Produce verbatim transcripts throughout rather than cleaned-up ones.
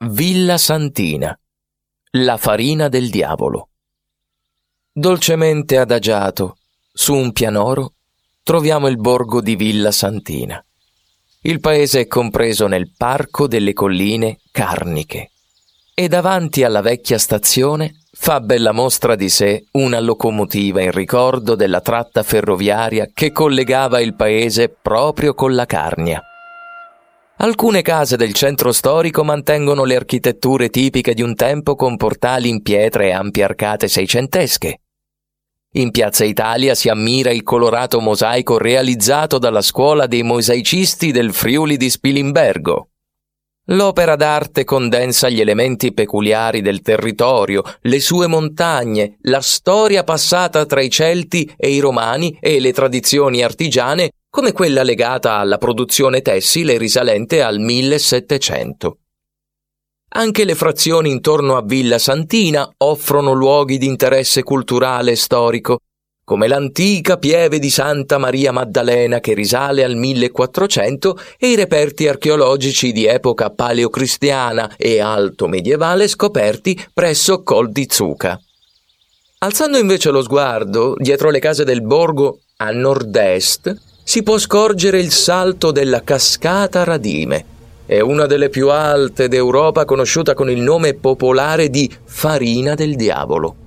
Villa Santina, la farina del diavolo. Dolcemente adagiato, su un pianoro, troviamo il borgo di Villa Santina. Il paese è compreso nel parco delle colline Carniche e davanti alla vecchia stazione fa bella mostra di sé una locomotiva in ricordo della tratta ferroviaria che collegava il paese proprio con la Carnia. Alcune case del centro storico mantengono le architetture tipiche di un tempo con portali in pietra e ampie arcate seicentesche. In Piazza Italia si ammira il colorato mosaico realizzato dalla scuola dei mosaicisti del Friuli di Spilimbergo. L'opera d'arte condensa gli elementi peculiari del territorio, le sue montagne, la storia passata tra i Celti e i Romani e le tradizioni artigiane, come quella legata alla produzione tessile risalente al millesettecento. Anche le frazioni intorno a Villa Santina offrono luoghi di interesse culturale e storico, come l'antica pieve di Santa Maria Maddalena che risale al millequattrocento e i reperti archeologici di epoca paleocristiana e alto medievale scoperti presso Col di Zuca. Alzando invece lo sguardo, dietro le case del borgo, a nord-est, si può scorgere il salto della Cascata Radime. È una delle più alte d'Europa, conosciuta con il nome popolare di Farina del Diavolo.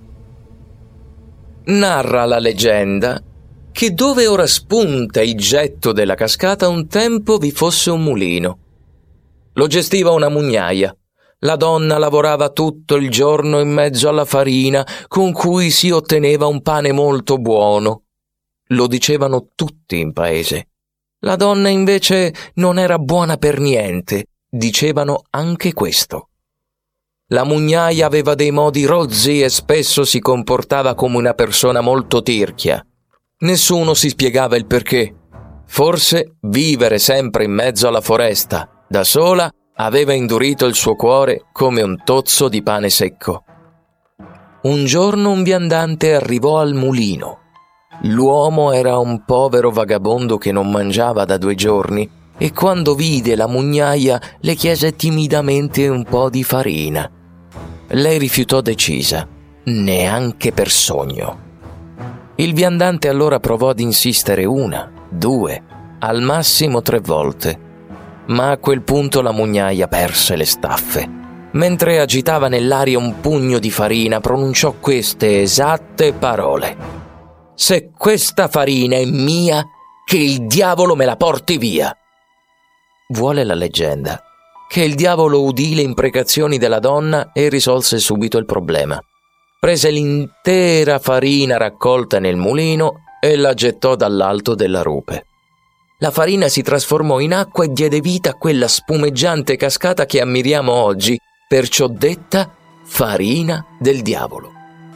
Narra la leggenda che dove ora spunta il getto della cascata un tempo vi fosse un mulino. Lo gestiva una mugnaia. La donna lavorava tutto il giorno in mezzo alla farina, con cui si otteneva un pane molto buono. Lo dicevano tutti in paese. La donna invece non era buona per niente, dicevano anche questo. La mugnaia aveva dei modi rozzi e spesso si comportava come una persona molto tirchia. Nessuno si spiegava il perché. Forse vivere sempre in mezzo alla foresta, da sola, aveva indurito il suo cuore come un tozzo di pane secco. Un giorno un viandante arrivò al mulino. L'uomo era un povero vagabondo che non mangiava da due giorni e quando vide la mugnaia le chiese timidamente un po' di farina. Lei rifiutò decisa, neanche per sogno. Il viandante allora provò ad insistere una, due, al massimo tre volte, ma a quel punto la mugnaia perse le staffe. Mentre agitava nell'aria un pugno di farina, pronunciò queste esatte parole: «Se questa farina è mia, che il diavolo me la porti via!» Vuole la leggenda che il diavolo udì le imprecazioni della donna e risolse subito il problema. Prese l'intera farina raccolta nel mulino e la gettò dall'alto della rupe. La farina si trasformò in acqua e diede vita a quella spumeggiante cascata che ammiriamo oggi, perciò detta farina del diavolo.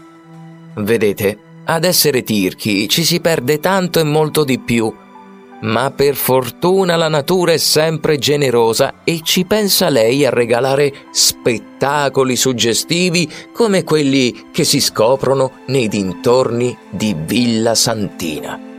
Vedete? Ad essere tirchi ci si perde tanto e molto di più, ma per fortuna la natura è sempre generosa e ci pensa lei a regalare spettacoli suggestivi come quelli che si scoprono nei dintorni di Villa Santina.